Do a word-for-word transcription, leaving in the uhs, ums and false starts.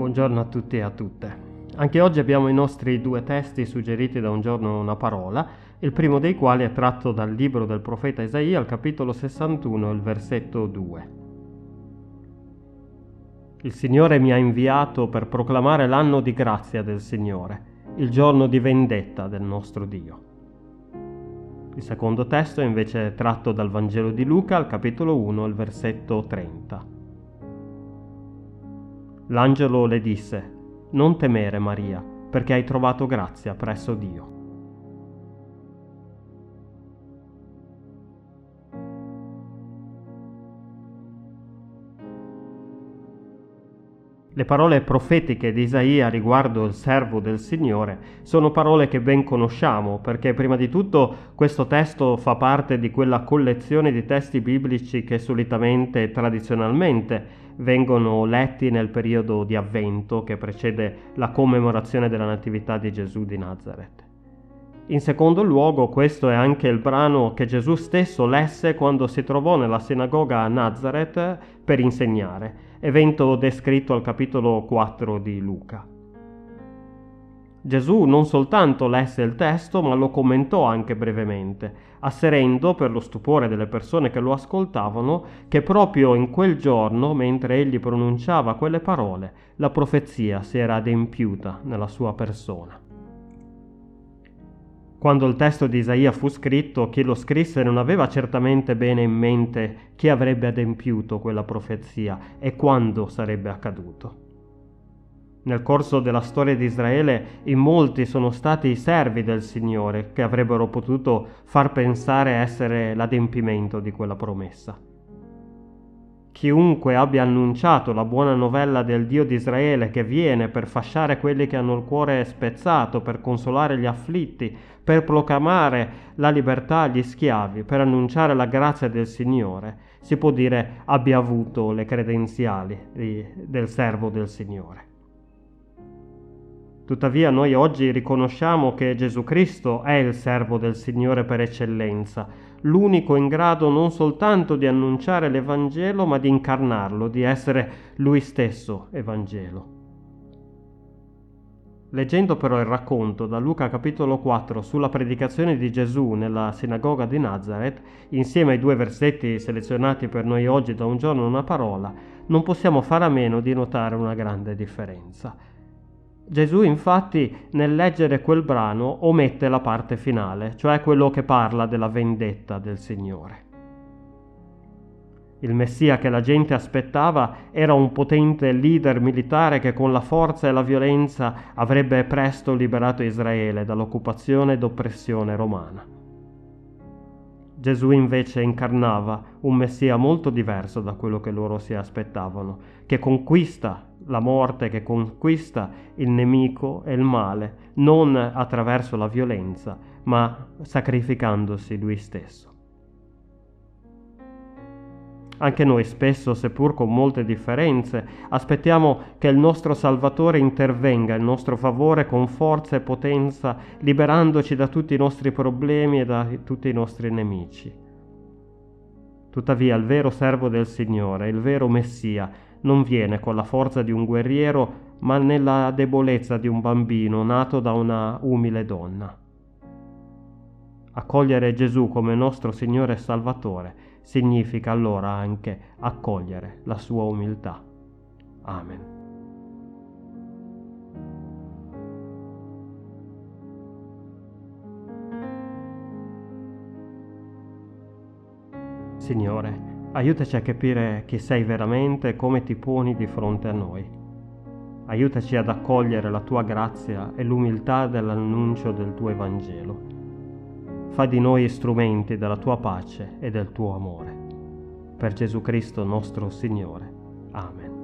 Buongiorno a tutti e a tutte. Anche oggi abbiamo i nostri due testi suggeriti da Un giorno una parola, il primo dei quali è tratto dal libro del profeta Isaia, al capitolo sessantuno, il versetto due. Il Signore mi ha inviato per proclamare l'anno di grazia del Signore, il giorno di vendetta del nostro Dio. Il secondo testo è invece tratto dal Vangelo di Luca, al capitolo uno, il versetto trenta. L'angelo le disse: «Non temere, Maria, perché hai trovato grazia presso Dio». Le parole profetiche di Isaia riguardo il servo del Signore sono parole che ben conosciamo, perché prima di tutto questo testo fa parte di quella collezione di testi biblici che solitamente e tradizionalmente vengono letti nel periodo di Avvento che precede la commemorazione della Natività di Gesù di Nazareth. In secondo luogo, questo è anche il brano che Gesù stesso lesse quando si trovò nella sinagoga a Nazareth per insegnare, evento descritto al capitolo quattro di Luca. Gesù non soltanto lesse il testo, ma lo commentò anche brevemente, asserendo, per lo stupore delle persone che lo ascoltavano, che proprio in quel giorno, mentre egli pronunciava quelle parole, la profezia si era adempiuta nella sua persona. Quando il testo di Isaia fu scritto, chi lo scrisse non aveva certamente bene in mente chi avrebbe adempiuto quella profezia e quando sarebbe accaduto. Nel corso della storia di Israele in molti sono stati i servi del Signore che avrebbero potuto far pensare essere l'adempimento di quella promessa. Chiunque abbia annunciato la buona novella del Dio di Israele che viene per fasciare quelli che hanno il cuore spezzato, per consolare gli afflitti, per proclamare la libertà agli schiavi, per annunciare la grazia del Signore, si può dire abbia avuto le credenziali di, del servo del Signore. Tuttavia noi oggi riconosciamo che Gesù Cristo è il servo del Signore per eccellenza, l'unico in grado non soltanto di annunciare l'Evangelo, ma di incarnarlo, di essere Lui stesso Evangelo. Leggendo però il racconto da Luca capitolo quattro sulla predicazione di Gesù nella sinagoga di Nazareth, insieme ai due versetti selezionati per noi oggi da Un giorno una parola, non possiamo fare a meno di notare una grande differenza. Gesù infatti nel leggere quel brano omette la parte finale, cioè quello che parla della vendetta del Signore. Il Messia che la gente aspettava era un potente leader militare che con la forza e la violenza avrebbe presto liberato Israele dall'occupazione ed oppressione romana. Gesù invece incarnava un Messia molto diverso da quello che loro si aspettavano, che conquista la morte, che conquista il nemico e il male, non attraverso la violenza, ma sacrificandosi lui stesso. Anche noi spesso, seppur con molte differenze, aspettiamo che il nostro Salvatore intervenga in nostro favore con forza e potenza, liberandoci da tutti i nostri problemi e da tutti i nostri nemici. Tuttavia il vero servo del Signore, il vero Messia, non viene con la forza di un guerriero, ma nella debolezza di un bambino nato da una umile donna. Accogliere Gesù come nostro Signore e Salvatore significa allora anche accogliere la sua umiltà. Amen. Signore, aiutaci a capire chi sei veramente e come ti poni di fronte a noi. Aiutaci ad accogliere la tua grazia e l'umiltà dell'annuncio del tuo Evangelo. Fa di noi strumenti della tua pace e del tuo amore. Per Gesù Cristo nostro Signore. Amen.